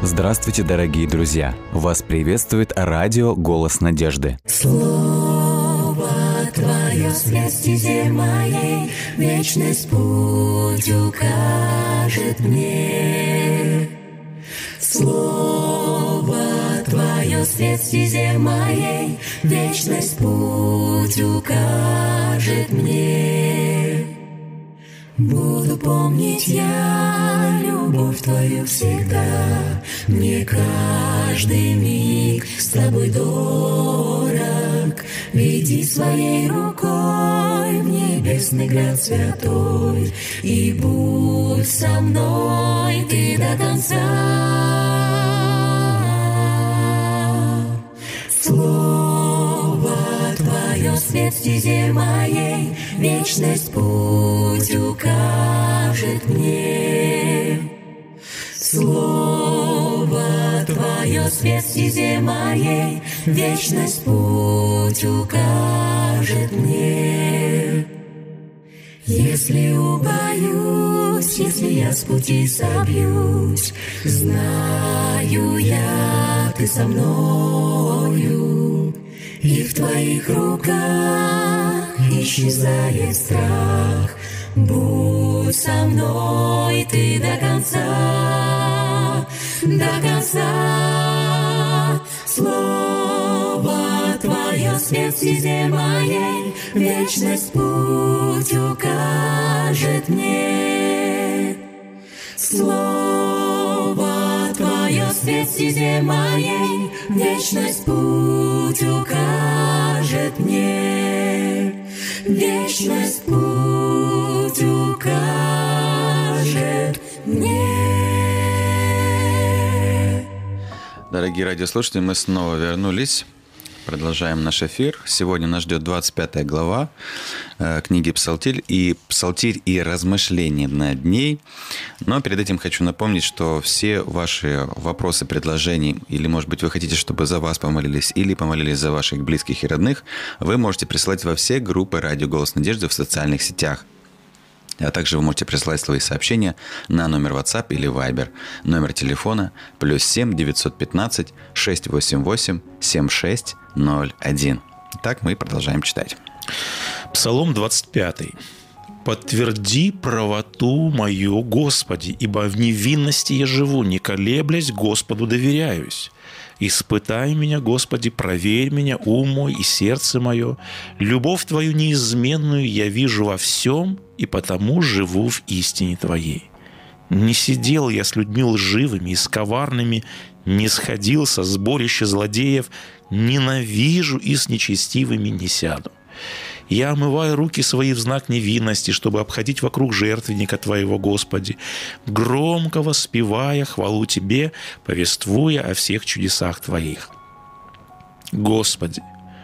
Здравствуйте, дорогие друзья! Вас приветствует радио «Голос надежды». Слово Твое свет стезе моей, вечность путь укажет мне. Слово Твое свет стезе моей, вечность путь укажет мне. Буду помнить я любовь Твою всегда, мне каждый миг с Тобой дорог. Веди своей рукой в небесный град святой, и будь со мной Ты до конца. Слово Твое свет стезе моей, вечность путь укажет мне. Слово Твое свет стезе моей, вечность путь укажет мне. Если убоюсь, если я с пути собьюсь, знаю я, Ты со мною, и в Твоих руках исчезает страх. Будь со мной Ты до конца, до конца. Слово Твое свет стезе моей, вечность путь укажет мне. Слово Твое свет стезе моей, вечность путь укажет мне. Вечность путь укажет мне. Дорогие радиослушатели, мы снова вернулись. Продолжаем наш эфир. Сегодня нас ждет 25 глава книги «Псалтирь» и размышления над ней. Но перед этим хочу напомнить, что все ваши вопросы, предложения, или, может быть, вы хотите, чтобы за вас помолились, или помолились за ваших близких и родных, вы можете присылать во все группы «Радио Голос Надежды» в социальных сетях. А также вы можете присылать свои сообщения на номер WhatsApp или Viber. Номер телефона +7 915 688 7601. Итак, мы продолжаем читать. Псалом 25. «Подтверди правоту мою, Господи, ибо в невинности я живу, не колеблясь, Господу доверяюсь. Испытай меня, Господи, проверь меня, ум мой и сердце мое. Любовь Твою неизменную я вижу во всем, и потому живу в истине Твоей. Не сидел я с людьми лживыми и с коварными, не сходил со сборища злодеев, ненавижу и с нечестивыми не сяду. Я омываю руки свои в знак невинности, чтобы обходить вокруг жертвенника Твоего, Господи, громко воспевая хвалу Тебе, повествуя о всех чудесах Твоих. Господи,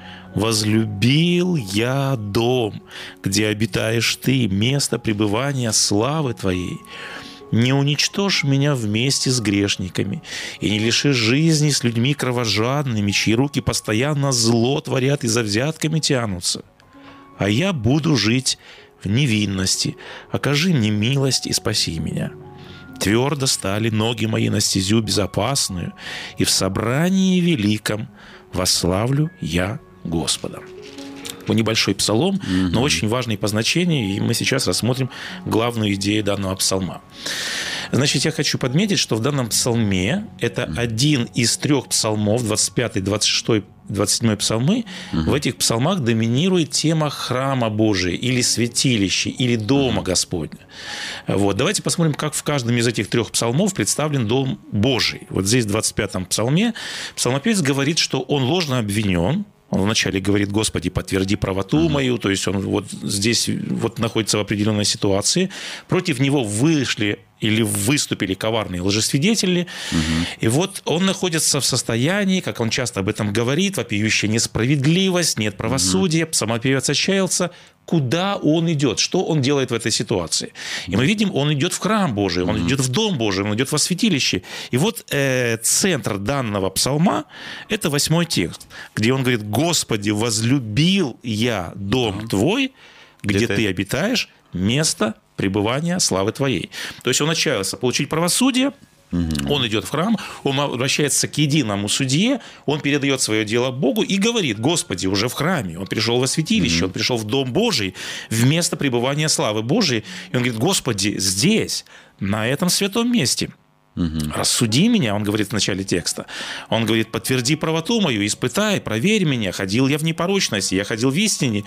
возлюбил я дом, где обитаешь Ты, место пребывания славы Твоей. Не уничтожь меня вместе с грешниками и не лиши жизни с людьми кровожадными, чьи руки постоянно зло творят и за взятками тянутся. А я буду жить в невинности. Окажи мне милость и спаси меня. Твердо стали ноги мои на стезю безопасную, и в собрании великом восславлю я Господа». Небольшой псалом, но очень важный по значению, и мы сейчас рассмотрим главную идею данного псалма. Значит, я хочу подметить, что в данном псалме это один из трех псалмов, 25, 26, 27 псалмы. В этих псалмах доминирует тема храма Божия или святилища, или дома Господня. Вот. Давайте посмотрим, как в каждом из этих трех псалмов представлен дом Божий. Вот здесь в 25-м псалме псалмопевец говорит, что он ложно обвинен. Он вначале говорит: «Господи, подтверди правоту мою». То есть он вот здесь вот находится в определенной ситуации. Против него вышли или выступили коварные лжесвидетели. И вот он находится в состоянии, как он часто об этом говорит, вопиющая несправедливость, нет правосудия. Псалмопевец отчаялся. Куда он идет? Что он делает в этой ситуации? И мы видим, он идет в храм Божий, он идет в дом Божий, он идет во святилище. И вот центр данного псалма – это 8 текст, где он говорит: «Господи, возлюбил я дом Твой, где Ты обитаешь, место пребывания славы Твоей». То есть он отчаялся получить правосудие, Он идет в храм, он обращается к единому судье, он передает свое дело Богу и говорит: Господи, уже в храме, он пришел во святилище, он пришел в Дом Божий, в место пребывания славы Божией. И он говорит: Господи, здесь, на этом святом месте, рассуди меня, он говорит в начале текста. Он говорит: подтверди правоту мою, испытай, проверь меня, ходил я в непорочности, я ходил в истине.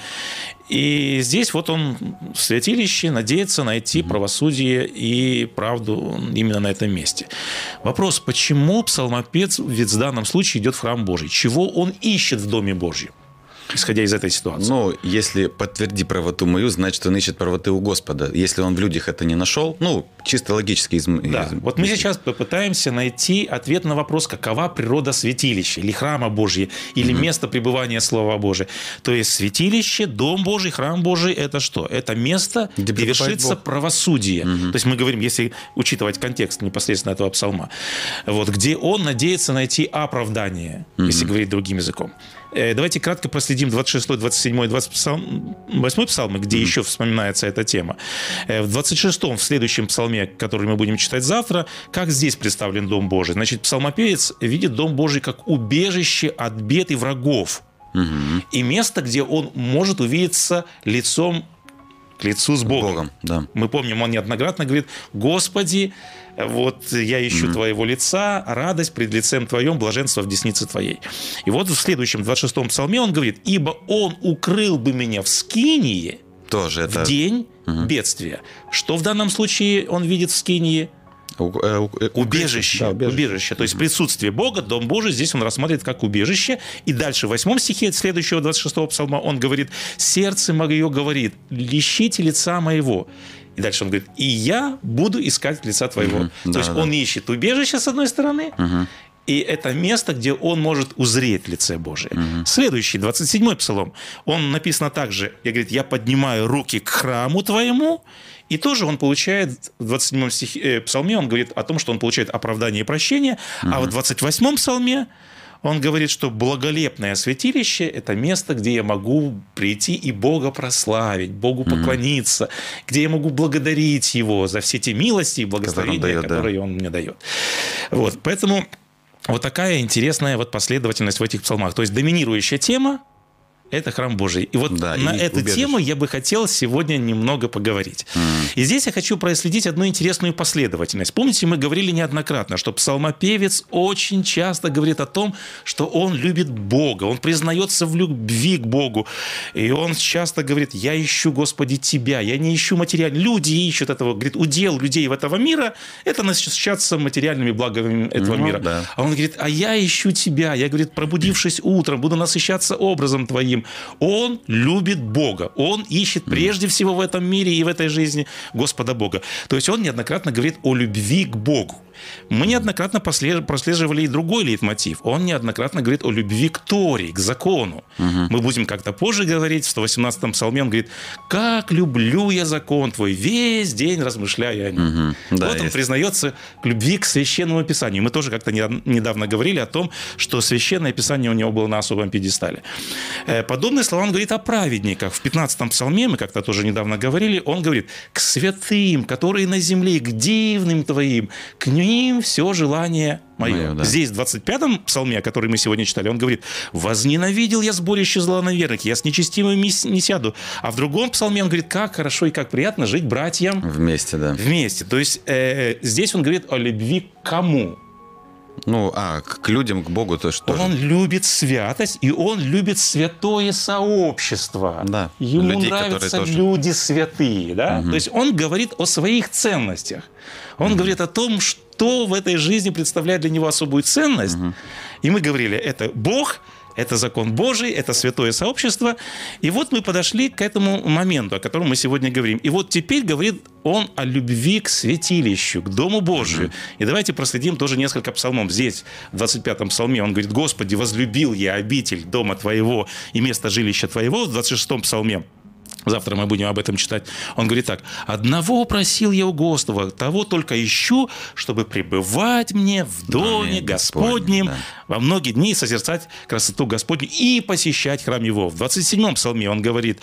И здесь вот он в святилище надеется найти правосудие и правду именно на этом месте. Вопрос: почему псалмопевец в данном случае идет в храм Божий? Чего он ищет в Доме Божьем? Исходя из этой ситуации. Ну, если подтверди правоту мою, значит, он ищет правоты у Господа. Если он в людях это не нашел, ну, чисто логически. Да. Вот мы сейчас попытаемся найти ответ на вопрос, какова природа святилища, или храма Божьего, или место пребывания Слова Божия. То есть святилище, Дом Божий, храм Божий – это что? Это место, где вершится правосудие. То есть мы говорим, если учитывать контекст непосредственно этого псалма, вот, где он надеется найти оправдание, если говорить другим языком. Давайте кратко проследим 26, 27 и 28 псалмы, где еще вспоминается эта тема. В 26-м, в следующем псалме, который мы будем читать завтра, как здесь представлен Дом Божий? Значит, псалмопевец видит Дом Божий как убежище от бед и врагов. И место, где он может увидеться лицом к лицу с Богом. Да. Мы помним, он неоднократно говорит: Господи, вот я ищу Твоего лица, радость пред лицем Твоем, блаженство в деснице Твоей. И вот в следующем, 26-м псалме он говорит: ибо Он укрыл бы меня в скинии Тоже в день бедствия. Что в данном случае он видит в скинии? Убежище. Да, убежище. То есть присутствие Бога, Дом Божий, здесь он рассматривает как убежище. И дальше в 8 стихе следующего 26-го псалма он говорит: сердце мое говорит, ищите лица моего. И дальше он говорит: и я буду искать лица твоего. То есть он ищет убежище с одной стороны, и это место, где он может узреть лице Божие. Следующий, 27-й псалом, он написано также, и говорит: я поднимаю руки к храму твоему. И тоже он получает, в 27-м псалме он говорит о том, что он получает оправдание и прощение, а в 28-м псалме он говорит, что благолепное святилище – это место, где я могу прийти и Бога прославить, Богу поклониться, где я могу благодарить Его за все те милости и благословения, которые Он мне дает. Вот, поэтому вот такая интересная вот последовательность в этих псалмах. То есть доминирующая тема – это храм Божий. И вот на эту тему я бы хотел сегодня немного поговорить. И здесь я хочу проследить одну интересную последовательность. Помните, мы говорили неоднократно, что псалмопевец очень часто говорит о том, что он любит Бога, он признается в любви к Богу. И он часто говорит: я ищу, Господи, Тебя, я не ищу материально. Люди ищут этого, говорит, удел людей этого мира – это насыщаться материальными благами этого мира. Да. А он говорит: а я ищу Тебя, я, говорит, пробудившись утром, буду насыщаться образом Твоим. Он любит Бога. Он ищет прежде всего в этом мире и в этой жизни Господа Бога. То есть он неоднократно говорит о любви к Богу. Мы неоднократно прослеживали и другой лейтмотив. Он неоднократно говорит о любви к Торе, к закону. Мы будем как-то позже говорить. В 118-м псалме он говорит: «Как люблю я закон Твой, весь день размышляю о нем». Вот он признается к любви к Священному Писанию. Мы тоже как-то недавно говорили о том, что Священное Писание у него было на особом пьедестале. Подобные слова он говорит о праведниках. В 15-м псалме, мы как-то тоже недавно говорили, он говорит: «К святым, которые на земле, к дивным Твоим, к ним все желание мое». Да. Здесь, в 25-м псалме, который мы сегодня читали, он говорит: «Возненавидел я сборище злонаверных, я с нечестивыми не сяду». А в другом псалме он говорит: «Как хорошо и как приятно жить братьям вместе». Да. Вместе. То есть здесь он говорит о любви к кому? Ну, к людям, к Богу тоже. Он любит святость, и он любит святое сообщество. Да. Ему людей, нравятся люди святые. Да? То есть он говорит о своих ценностях. Он говорит о том, что в этой жизни представляет для него особую ценность. И мы говорили, это Бог, это закон Божий, это святое сообщество. И вот мы подошли к этому моменту, о котором мы сегодня говорим. И вот теперь говорит он о любви к святилищу, к Дому Божию. И давайте проследим тоже несколько псалмов. Здесь, в 25-м псалме, он говорит: «Господи, возлюбил я обитель дома Твоего и место жилища Твоего». В 26-м псалме Завтра мы будем об этом читать. Он говорит так: «Одного просил я у Господа, того только ищу, чтобы пребывать мне в доме Господнем, во многие дни созерцать красоту Господню и посещать храм Его». В 27-м псалме он говорит: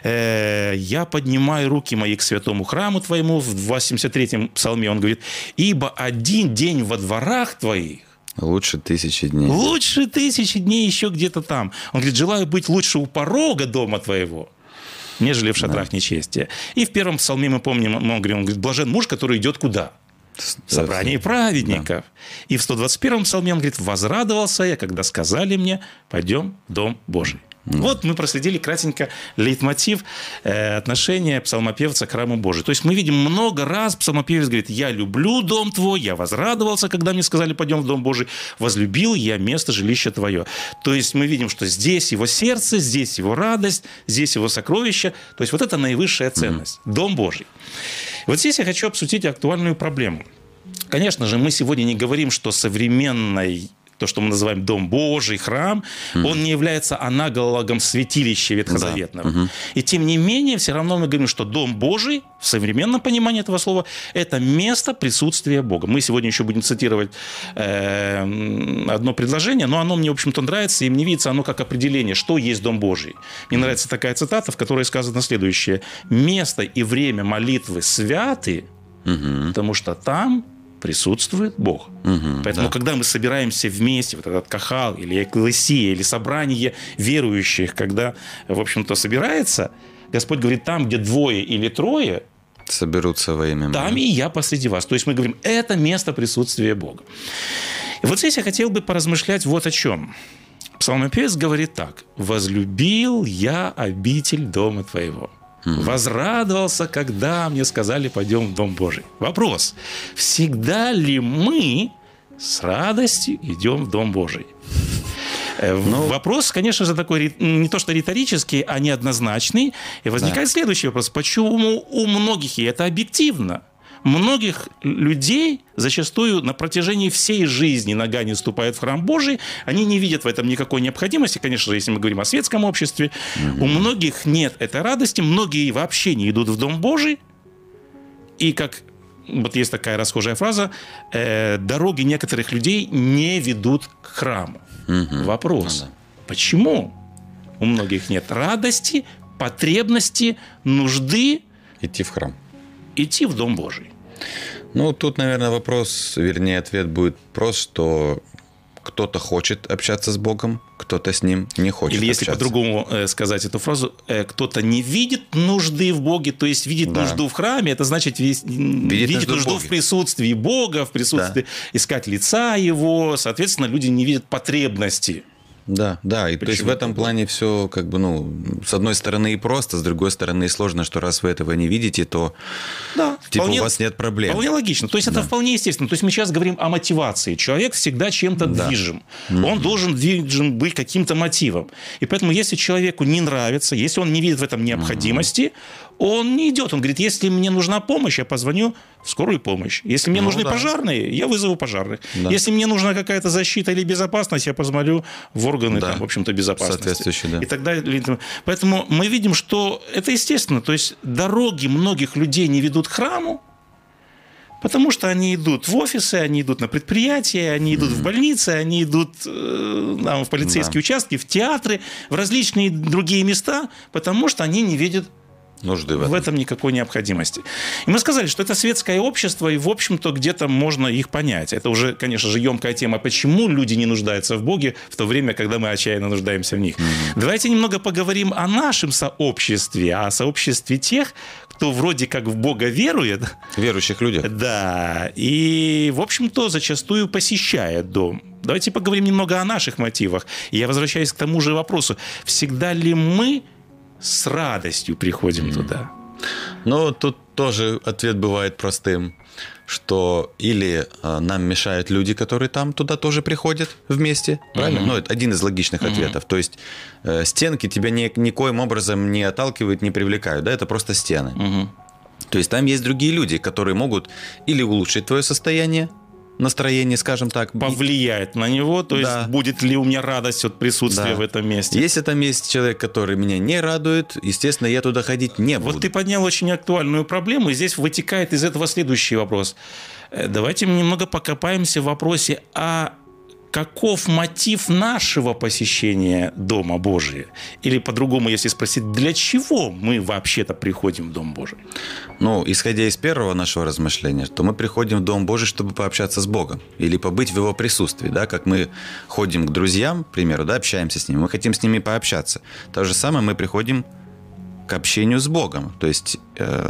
«Я поднимаю руки мои к святому храму Твоему». В 83-м псалме он говорит: «Ибо один день во дворах Твоих лучше 1000 дней». Лучше 1000 дней еще где-то там. Он говорит: «Желаю быть лучше у порога дома Твоего, нежели в шатрах нечестия». И в первом псалме мы помним, он говорит: «Блажен муж, который идет куда? В собрание праведников». Да. И в 121-м псалме он говорит: «Возрадовался я, когда сказали мне: пойдем в дом Божий». Вот мы проследили кратенько лейтмотив отношения псалмопевца к храму Божию. То есть мы видим, много раз псалмопевец говорит: «Я люблю дом Твой, я возрадовался, когда мне сказали: пойдем в дом Божий, возлюбил я место жилища Твое». То есть мы видим, что здесь его сердце, здесь его радость, здесь его сокровище. То есть вот это наивысшая ценность – дом Божий. Вот здесь я хочу обсудить актуальную проблему. Конечно же, мы сегодня не говорим, что современный, то, что мы называем Дом Божий, храм, он не является аналогом святилища ветхозаветного. Да. И тем не менее, все равно мы говорим, что Дом Божий, в современном понимании этого слова, это место присутствия Бога. Мы сегодня еще будем цитировать одно предложение, но оно мне, в общем-то, нравится, и мне видится оно как определение, что есть Дом Божий. Мне нравится такая цитата, в которой сказано следующее: «Место и время молитвы святы, потому что там присутствует Бог». Поэтому, когда мы собираемся вместе, вот этот кахал или экклесия, или собрание верующих, когда, в общем-то, собирается, Господь говорит: там, где 2 или 3 соберутся во имя там мое, и я посреди вас. То есть мы говорим, это место присутствия Бога. И вот здесь я хотел бы поразмышлять вот о чем. Псалмопевец говорит так: «Возлюбил я обитель дома Твоего». Возрадовался, когда мне сказали: пойдем в Дом Божий. Вопрос: всегда ли мы с радостью идем в Дом Божий? Вопрос, конечно же, такой не то что риторический, а неоднозначный. И возникает следующий вопрос: почему у многих, и это объективно, многих людей зачастую на протяжении всей жизни нога не ступает в храм Божий, они не видят в этом никакой необходимости. Конечно же, если мы говорим о светском обществе, у многих нет этой радости, многие вообще не идут в Дом Божий. И как вот есть такая расхожая фраза: дороги некоторых людей не ведут к храму. Вопрос: почему у многих нет радости, потребности, нужды идти в храм, идти в Дом Божий? Ну, тут, наверное, вопрос, вернее, ответ будет прост, что кто-то хочет общаться с Богом, кто-то с Ним не хочет. Или, если по-другому сказать эту фразу, кто-то не видит нужды в Боге, то есть видит нужду в храме, это значит видит нужду в присутствии Бога, в присутствии, искать лица Его, соответственно, люди не видят потребности. Да, да, и то есть в этом плане все как бы, ну, с одной стороны и просто, с другой стороны и сложно, что раз вы этого не видите, то типа вполне, у вас нет проблем. Вполне логично, то есть это вполне естественно. То есть мы сейчас говорим о мотивации. Человек всегда чем-то движим. Он должен движим быть каким-то мотивом. И поэтому, если человеку не нравится, если он не видит в этом необходимости, он не идет. Он говорит: если мне нужна помощь, я позвоню в скорую помощь. Если мне нужны пожарные, я вызову пожарных. Если мне нужна какая-то защита или безопасность, я позвоню в органы, там, в общем-то, безопасности. И так далее. Поэтому мы видим, что это естественно. То есть дороги многих людей не ведут к храму, потому что они идут в офисы, они идут на предприятия, они идут в больницы, они идут в полицейские участки, в театры, в различные другие места, потому что они не видят нужды в этом никакой необходимости. И мы сказали, что это светское общество, и, в общем-то, где-то можно их понять. Это уже, конечно же, емкая тема, почему люди не нуждаются в Боге в то время, когда мы отчаянно нуждаемся в них. Давайте немного поговорим о нашем сообществе, о сообществе тех, кто вроде как в Бога верует. Верующих людях. Да, и, в общем-то, зачастую посещает дом. Давайте поговорим немного о наших мотивах. И я возвращаюсь к тому же вопросу. Всегда ли мы с радостью приходим туда? Ну, тут тоже ответ бывает простым, что или нам мешают люди, которые там туда тоже приходят вместе, правильно? Ну, это один из логичных ответов. То есть стенки тебя никоим образом не отталкивают, не привлекают, да, это просто стены. То есть там есть другие люди, которые могут или улучшить твое состояние, настроение, скажем так. Повлияет на него, то есть будет ли у меня радость от присутствия в этом месте. Если там есть человек, который меня не радует, естественно, я туда ходить не буду. Вот ты поднял очень актуальную проблему, и здесь вытекает из этого следующий вопрос. Давайте немного покопаемся в вопросе, каков мотив нашего посещения Дома Божия? Или по-другому, если спросить, для чего мы вообще-то приходим в Дом Божий? Ну, исходя из первого нашего размышления, то мы приходим в Дом Божий, чтобы пообщаться с Богом или побыть в Его присутствии, да, как мы ходим к друзьям, к примеру, да, общаемся с ними, мы хотим с ними пообщаться. То же самое мы приходим к общению с Богом. То есть,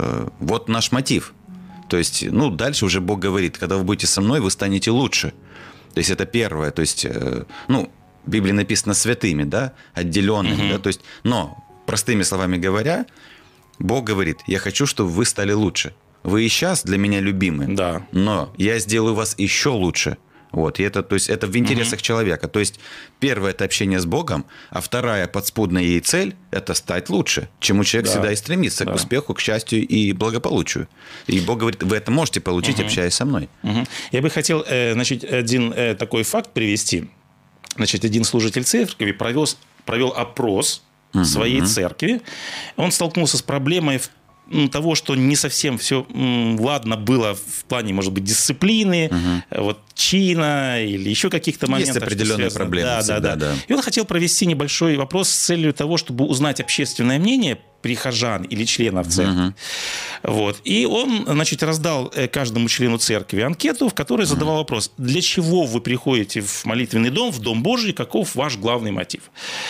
вот наш мотив. То есть, ну, дальше уже Бог говорит, когда вы будете со мной, вы станете лучше. То есть, это первое. То есть, ну, в Библии написано святыми, да, отделенными, да, то есть, но, простыми словами говоря, Бог говорит, я хочу, чтобы вы стали лучше. Вы и сейчас для меня любимы, да. Но я сделаю вас еще лучше. Вот, и это, то есть, это в интересах человека. То есть, первое – это общение с Богом, а вторая подспудная ей цель – это стать лучше, чему человек всегда и стремится, к успеху, к счастью и благополучию. И Бог говорит, вы это можете получить, общаясь со мной. Я бы хотел, значит, один такой факт привести. Значит, один служитель церкви провел опрос своей церкви. Он столкнулся с проблемой того, что не совсем все ладно было в плане, может быть, дисциплины, вот, чина или еще каких-то моментов. Есть определенные проблемы. Да. И он хотел провести небольшой вопрос с целью того, чтобы узнать общественное мнение прихожан или членов церкви. Вот. И он, значит, раздал каждому члену церкви анкету, в которой задавал вопрос, для чего вы приходите в молитвенный дом, в Дом Божий, каков ваш главный мотив.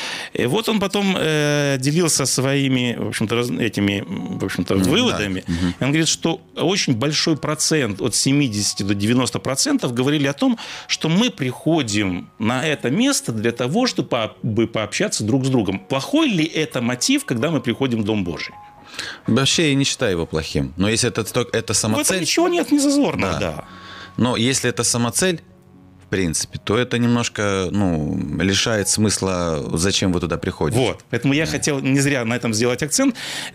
И вот он потом делился своими, в общем-то, этими, в общем-то, выводами. Он говорит, что очень большой процент, от 70 до 90% говорили о том, что мы приходим на это место для того, чтобы пообщаться друг с другом. Плохой ли это мотив, когда мы приходим в Дом Божий? Вообще я не считаю его плохим. Но если это самоцель... В этом ничего нет незазорного, да. Но если это самоцель, в принципе, то это немножко, ну, лишает смысла, зачем вы туда приходите. Вот. Поэтому я хотел не зря на этом сделать акцент.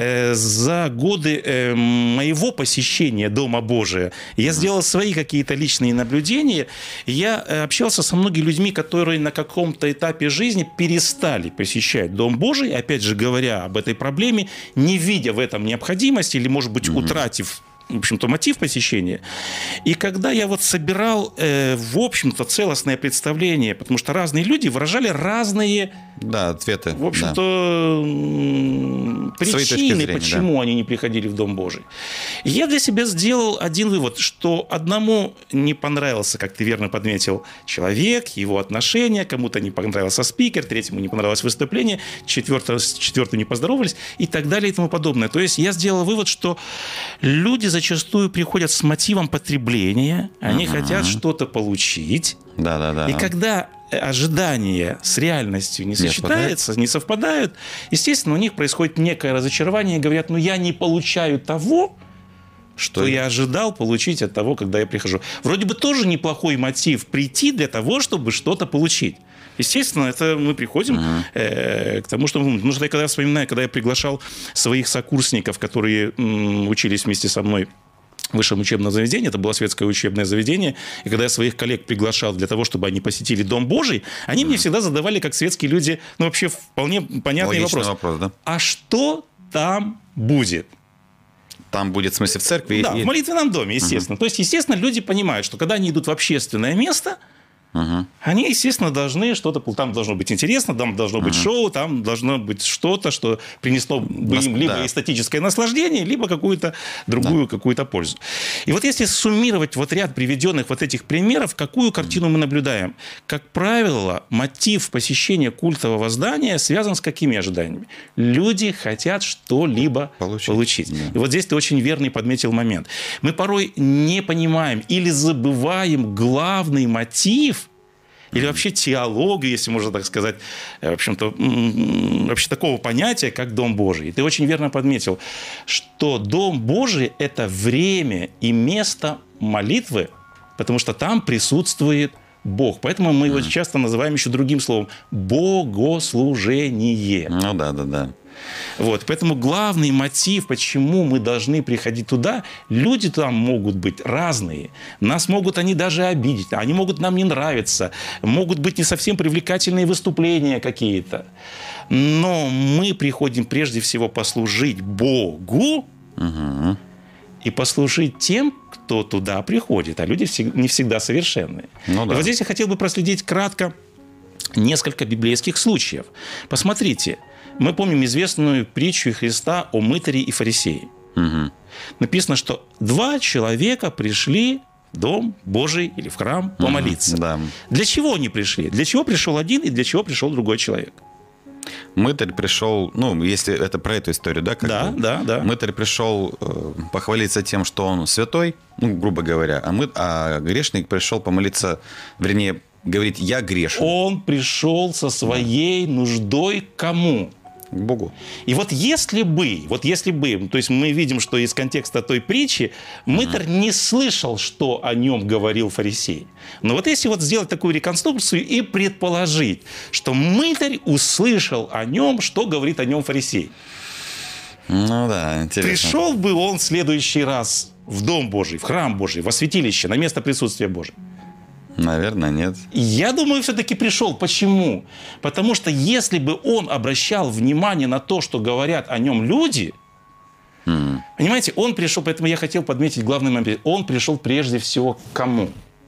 За годы моего посещения Дома Божия я сделал свои какие-то личные наблюдения. Я общался со многими людьми, которые на каком-то этапе жизни перестали посещать Дом Божий, опять же говоря об этой проблеме, не видя в этом необходимости или, может быть, утратив, в общем-то, мотив посещения. И когда я вот собирал, в общем-то, целостное представление, потому что разные люди выражали разные, ответы. В общем-то, причины, почему они не приходили в Дом Божий. И я для себя сделал один вывод, что одному не понравился, как ты верно подметил, человек, его отношения, кому-то не понравился спикер, третьему не понравилось выступление, четвертому не поздоровались и так далее и тому подобное. То есть я сделал вывод, что люди зачастую приходят с мотивом потребления, они хотят что-то получить. И когда ожидания с реальностью не сочетаются, не совпадают, естественно, у них происходит некое разочарование, и говорят, я не получаю того, что я ожидал получить от того, когда я прихожу. Вроде бы тоже неплохой мотив прийти для того, чтобы что-то получить. Естественно, это мы приходим к тому, что... Потому что я когда вспоминаю, когда я приглашал своих сокурсников, которые учились вместе со мной в высшем учебном заведении, это было светское учебное заведение, и когда я своих коллег приглашал для того, чтобы они посетили Дом Божий, они мне всегда задавали, как светские люди, вообще вполне понятный вопрос. А что там будет? Там будет, в смысле, в церкви? Да, в молитвенном доме, естественно. То есть, естественно, люди понимают, что когда они идут в общественное место, они, естественно, должны что-то... Там должно быть интересно, там должно быть шоу, там должно быть что-то, что принесло бы им либо эстетическое наслаждение, либо какую-то другую какую-то пользу. И вот если суммировать вот ряд приведенных вот этих примеров, какую картину мы наблюдаем? Как правило, мотив посещения культового здания связан с какими ожиданиями? Люди хотят что-либо получить. И вот здесь ты очень верный подметил момент. Мы порой не понимаем или забываем главный мотив или вообще теологию, если можно так сказать, в общем-то, вообще такого понятия, как Дом Божий. И ты очень верно подметил, что Дом Божий – это время и место молитвы, потому что там присутствует Бог. Поэтому мы его часто называем еще другим словом – богослужение. Да. Вот. Поэтому главный мотив, почему мы должны приходить туда, люди там могут быть разные. Нас могут они даже обидеть, они могут нам не нравиться, могут быть не совсем привлекательные выступления какие-то. Но мы приходим прежде всего послужить Богу и послужить тем, кто туда приходит. А люди не всегда совершенные. Ну, да. И вот здесь я хотел бы проследить кратко несколько библейских случаев. Посмотрите, мы помним известную притчу Христа о мытаре и фарисее. Написано, что 2 человека пришли в Дом Божий или в храм помолиться. Да. Для чего они пришли? Для чего пришел один и для чего пришел другой человек? Мытарь пришел, ну, если это про эту историю, да? Да. Мытарь пришел похвалиться тем, что он святой, ну, грубо говоря, а грешник пришел помолиться, вернее, говорить, я грешен. Он пришел со своей нуждой к кому? К Богу. И вот если бы, то есть мы видим, что из контекста той притчи мытарь не слышал, что о нем говорил фарисей. Но вот если вот сделать такую реконструкцию и предположить, что мытарь услышал о нем, что говорит о нем фарисей. Ну да, интересно. Пришел бы он в следующий раз в Дом Божий, в храм Божий, во святилище, на место присутствия Божия? Наверное, нет. Я думаю, все-таки пришел. Почему? Потому что если бы он обращал внимание на то, что говорят о нем люди, понимаете, он пришел, поэтому я хотел подметить главный момент. Он пришел прежде всего к кому?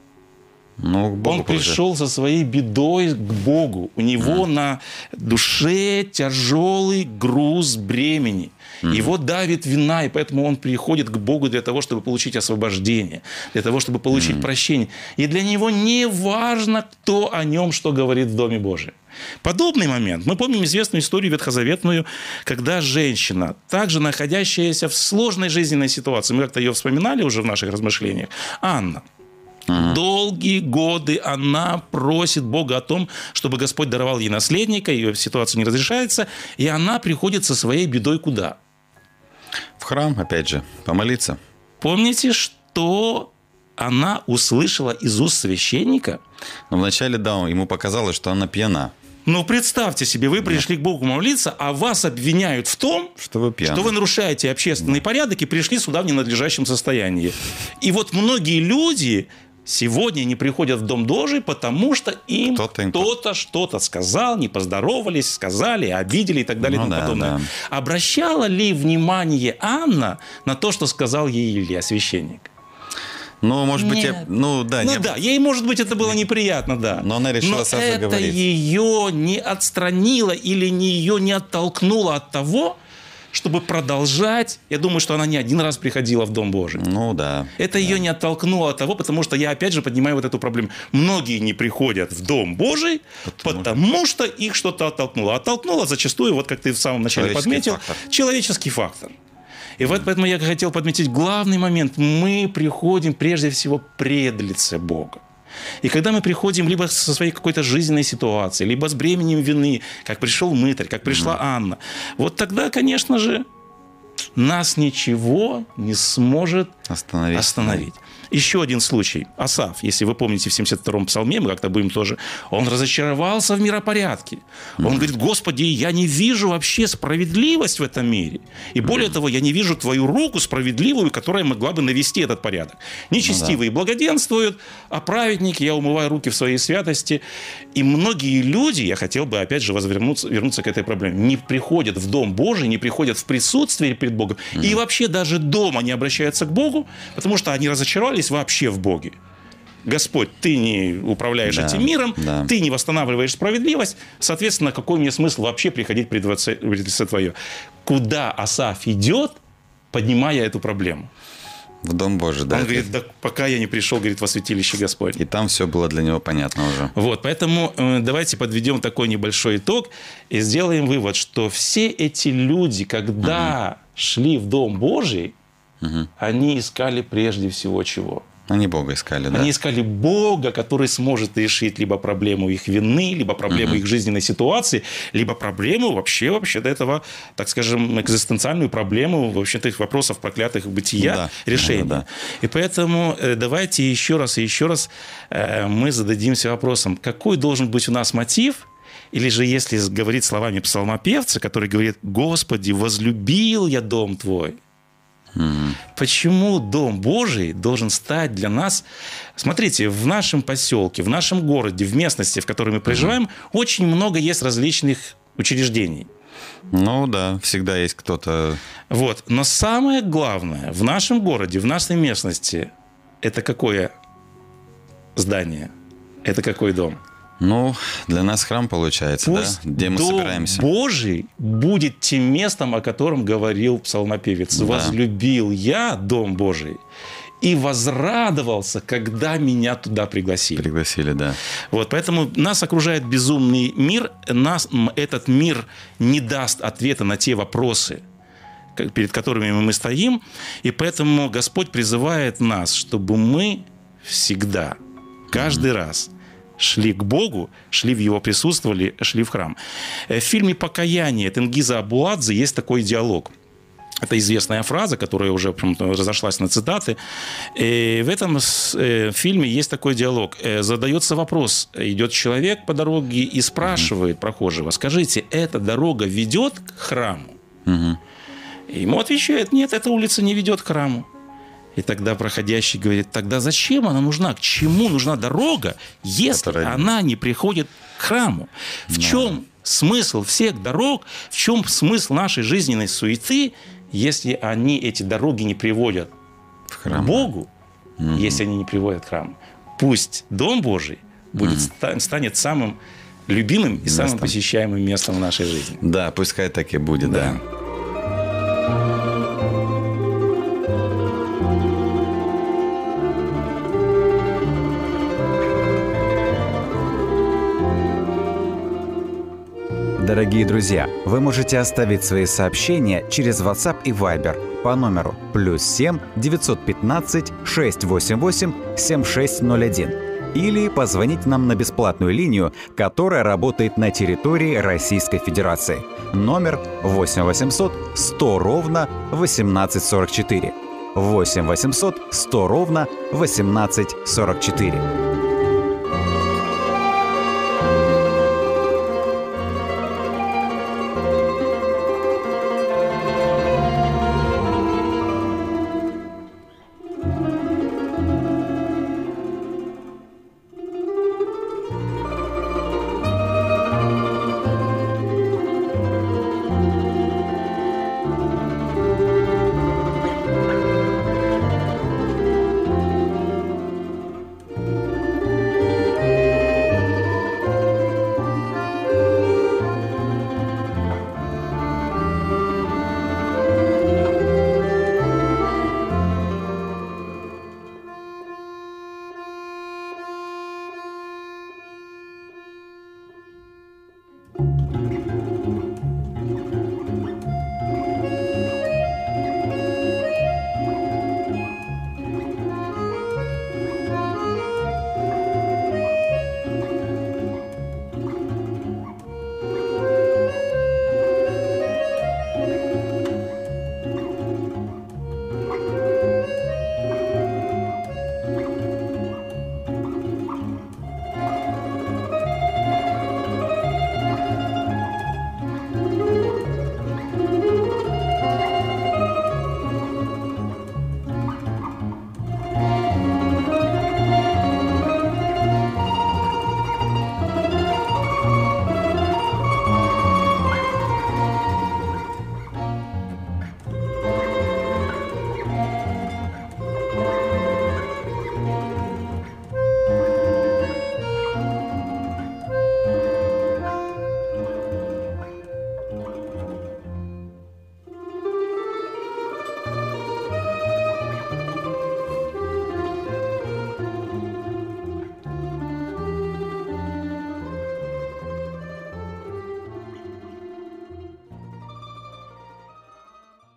Ну, к Богу. Он пришел со своей бедой к Богу. У него на душе тяжелый груз бремени. Его давит вина, и поэтому он приходит к Богу для того, чтобы получить освобождение, для того, чтобы получить прощение. И для него не важно, кто о нем что говорит в Доме Божьем. Подобный момент. Мы помним известную историю ветхозаветную, когда женщина, также находящаяся в сложной жизненной ситуации, мы как-то ее вспоминали уже в наших размышлениях, Анна. Долгие годы она просит Бога о том, чтобы Господь даровал ей наследника, ее ситуация не разрешается, и она приходит со своей бедой куда? В храм, опять же, помолиться. Помните, что она услышала из уст священника? Но вначале, да, ему показалось, что она пьяна. Ну, представьте себе, вы пришли к Богу молиться, а вас обвиняют в том, что вы пьяны, что вы нарушаете общественный порядок и пришли сюда в ненадлежащем состоянии. И вот многие люди сегодня не приходят в Дом Божий, потому что им кто-то что-то сказал, не поздоровались, сказали, обидели и так далее и тому подобное. Да. Обращала ли внимание Анна на то, что сказал ей Илья, священник? Ну, может быть, ей, может быть, это было неприятно, да. Но она решила сразу говорить. Но это ее не отстранило или ее не оттолкнуло от того, чтобы продолжать. Я думаю, что она не один раз приходила в Дом Божий. Ну, да. Это ее не оттолкнуло от того, потому что я, опять же, поднимаю вот эту проблему. Многие не приходят в Дом Божий, потому что их что-то оттолкнуло. Оттолкнуло зачастую, вот как ты в самом начале подметил, человеческий фактор. И вот поэтому я хотел подметить главный момент. Мы приходим прежде всего пред лице Бога. И когда мы приходим либо со своей какой-то жизненной ситуацией, либо с бременем вины, как пришел мытарь, как пришла Анна, вот тогда, конечно же, нас ничего не сможет остановить. Еще один случай. Асаф, если вы помните, в 72-м псалме, мы как-то будем тоже, он разочаровался в миропорядке. Он говорит: Господи, я не вижу вообще справедливость в этом мире. И более того, я не вижу Твою руку справедливую, которая могла бы навести этот порядок. Нечестивые благоденствуют, а праведники, я умываю руки в своей святости. И многие люди, я хотел бы опять же вернуться к этой проблеме, не приходят в Дом Божий, не приходят в присутствие перед Богом. И вообще даже дома не обращаются к Богу, потому что они разочаровались вообще в Боге. Господь, ты не управляешь этим миром, ты не восстанавливаешь справедливость, соответственно, какой мне смысл вообще приходить пред лице Твое? Куда Асаф идет, поднимая эту проблему? В Дом Божий, да. Он говорит: да пока я не пришел, говорит, во святилище Господь. И там все было для него понятно уже. Вот, поэтому давайте подведем такой небольшой итог и сделаем вывод, что все эти люди, когда шли в Дом Божий, они искали прежде всего чего? Они Бога искали, да. Они искали Бога, который сможет решить либо проблему их вины, либо проблему их жизненной ситуации, либо проблему вообще до этого, так скажем, экзистенциальную проблему вообще-то их вопросов проклятых бытия решения. Да. И поэтому давайте еще раз мы зададимся вопросом, какой должен быть у нас мотив Или же если говорить словами псалмопевца, который говорит: «Господи, возлюбил я дом Твой». Почему Дом Божий должен стать для нас... Смотрите, в нашем поселке, в нашем городе, в местности, в которой мы проживаем, очень много есть различных учреждений. Ну да, всегда есть кто-то... Вот. Но самое главное в нашем городе, в нашей местности, это какое здание? Это какой дом? Ну, для нас храм получается, Пусть да? Где мы Дом собираемся. Божий будет тем местом, о котором говорил псалмопевец. Да. «Возлюбил я Дом Божий и возрадовался, когда меня туда пригласили». Пригласили, да. Вот, поэтому нас окружает безумный мир. Этот мир не даст ответа на те вопросы, перед которыми мы стоим. И поэтому Господь призывает нас, чтобы мы всегда, каждый раз шли к Богу, шли в Его присутствие, шли в храм. В фильме «Покаяние» Тенгиза Абуладзе есть такой диалог. Это известная фраза, которая уже разошлась на цитаты. И в этом фильме есть такой диалог. Задается вопрос. Идет человек по дороге и спрашивает прохожего: «Скажите, эта дорога ведет к храму?» И ему отвечает: «Нет, эта улица не ведет к храму». И тогда проходящий говорит: «Тогда зачем она нужна? К чему нужна дорога, если она не приходит к храму? В чем смысл всех дорог? В чем смысл нашей жизненной суеты, если эти дороги не приводят к Богу, если они не приводят к храму?» Пусть Дом Божий станет самым любимым и самым посещаемым местом в нашей жизни. Да, пускай так и будет, да. Дорогие друзья, вы можете оставить свои сообщения через WhatsApp и Viber по номеру +7 915 688 7601 или позвонить нам на бесплатную линию, которая работает на территории Российской Федерации. Номер 8 800 100 ровно 1844. 8 800 100 ровно 1844.